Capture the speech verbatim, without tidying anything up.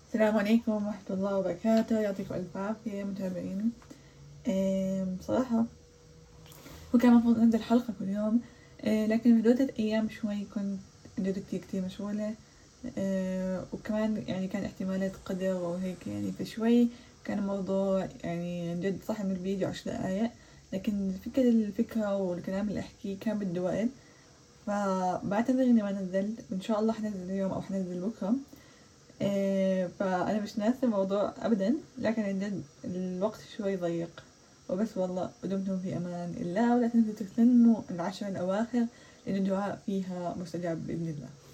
السلام عليكم ورحمة الله وبركاته، يعطيكم ألف عافية متابعين. بصراحة هو كان المفروض أنزل حلقة كل يوم، أه لكن في ثلاثة أيام شوي كنت جد كتير كتير مشغولة، أه وكمان يعني كان احتمالات قدر وهيك يعني، فشوي كان الموضوع يعني جد صح من الفيديو عشر دقايق، لكن فكرة الفكرة والكلام اللي أحكيه كان بده وقت، فبعتذر إني ما نزلت، وإن شاء الله حنزل اليوم أو حنزل بكرة. إيه فأنا مش ناسي الموضوع أبدا، لكن جد الوقت شوي ضيق وبس. والله ودمتم في أمان الله، ولا تنسوا تستنوا العشر الأواخر لأن الدعاء فيها مستجاب بإذن الله.